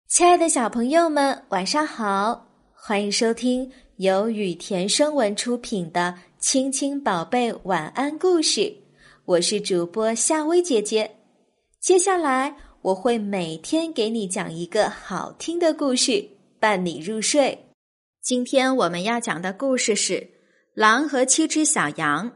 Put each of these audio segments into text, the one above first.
亲爱的小朋友们，晚上好！欢迎收听由雨田声文出品的《亲亲宝贝晚安故事》，我是主播夏薇姐姐。接下来我会每天给你讲一个好听的故事，伴你入睡。今天我们要讲的故事是《狼和7只小羊》。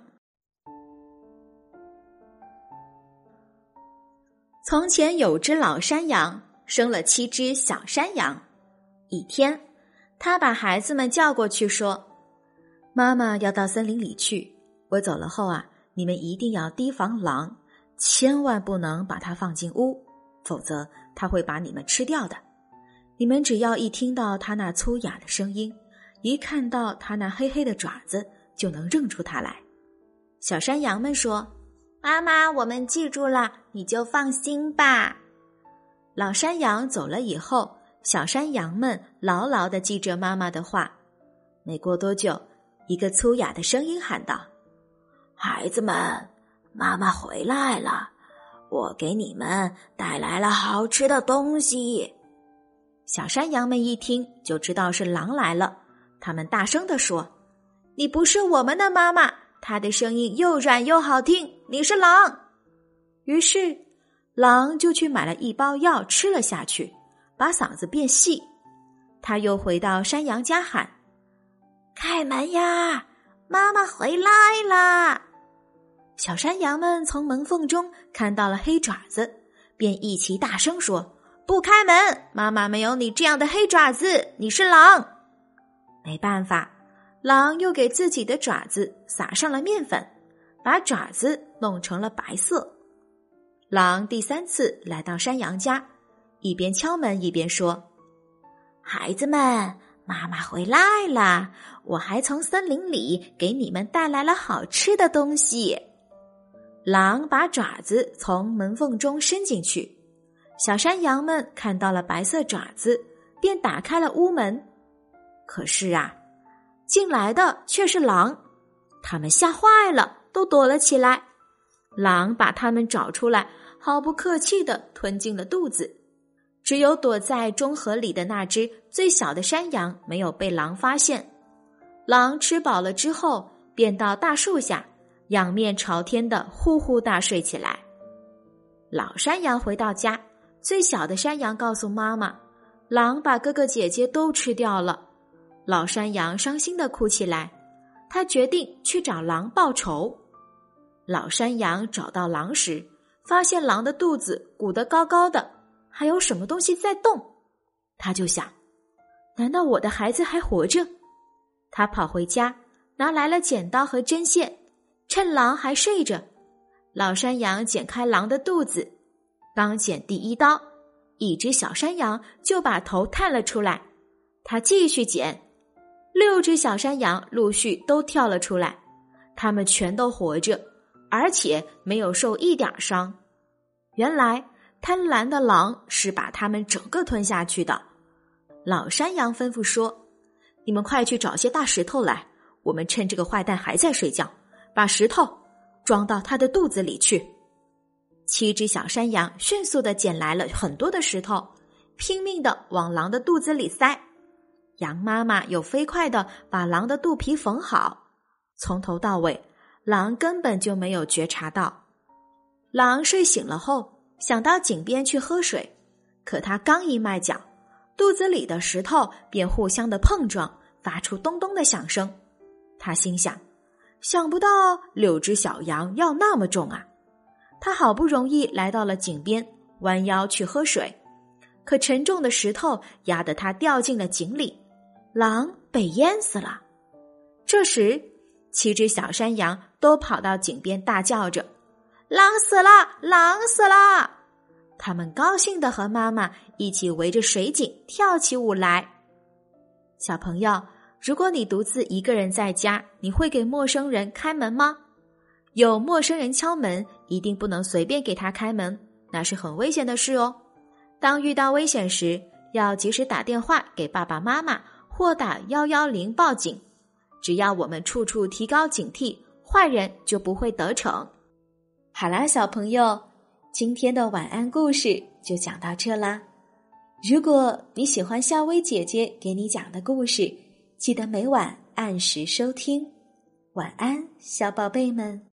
从前有只老山羊，生了7只小山羊。一天，他把孩子们叫过去说：妈妈要到森林里去，我走了后你们一定要提防狼，千万不能把它放进屋，否则它会把你们吃掉的。你们只要一听到它那粗哑的声音，一看到它那黑黑的爪子，就能认出它来。小山羊们说：妈妈，我们记住了，你就放心吧。老山羊走了以后，小山羊们牢牢地记着妈妈的话。没过多久，一个粗哑的声音喊道：孩子们，妈妈回来了，我给你们带来了好吃的东西。小山羊们一听就知道是狼来了，他们大声地说：你不是我们的妈妈，她的声音又软又好听，你是狼。于是狼就去买了一包药吃了下去，把嗓子变细。他又回到山羊家喊：开门呀，妈妈回来啦！小山羊们从门缝中看到了黑爪子，便一齐大声说：不开门，妈妈没有你这样的黑爪子，你是狼。没办法，狼又给自己的爪子撒上了面粉，把爪子弄成了白色。狼第3次来到山羊家，一边敲门一边说：孩子们，妈妈回来了，我还从森林里给你们带来了好吃的东西。狼把爪子从门缝中伸进去，小山羊们看到了白色爪子，便打开了屋门。可是进来的却是狼，他们吓坏了，都躲了起来。狼把他们找出来，毫不客气地吞进了肚子。只有躲在中河里的那只最小的山羊没有被狼发现。狼吃饱了之后，便到大树下，仰面朝天地呼呼大睡起来。老山羊回到家，最小的山羊告诉妈妈，狼把哥哥姐姐都吃掉了。老山羊伤心地哭起来，他决定去找狼报仇。老山羊找到狼时，发现狼的肚子鼓得高高的，还有什么东西在动。他就想，难道我的孩子还活着？他跑回家，拿来了剪刀和针线，趁狼还睡着，老山羊剪开狼的肚子。刚剪第1刀，一只小山羊就把头探了出来。他继续剪，6只小山羊陆续都跳了出来，它们全都活着，而且没有受一点伤。原来贪婪的狼是把它们整个吞下去的。老山羊吩咐说：你们快去找些大石头来，我们趁这个坏蛋还在睡觉，把石头装到他的肚子里去。7只小山羊迅速地捡来了很多的石头，拼命地往狼的肚子里塞。羊妈妈又飞快地把狼的肚皮缝好，从头到尾狼根本就没有觉察到。狼睡醒了后，想到井边去喝水，可他刚一迈脚，肚子里的石头便互相的碰撞，发出咚咚的响声。他心想，想不到6只小羊要那么重啊。他好不容易来到了井边，弯腰去喝水，可沉重的石头压得他掉进了井里，狼被淹死了。这时7只小山羊都跑到井边大叫着：狼死了，狼死了！他们高兴地和妈妈一起围着水井跳起舞来。小朋友，如果你独自一个人在家，你会给陌生人开门吗？有陌生人敲门，一定不能随便给他开门，那是很危险的事哦。当遇到危险时，要及时打电话给爸爸妈妈或打110报警。只要我们处处提高警惕，坏人就不会得逞。好啦，小朋友，今天的晚安故事就讲到这啦。 如果你喜欢夏薇姐姐给你讲的故事，记得每晚按时收听。晚安，小宝贝们。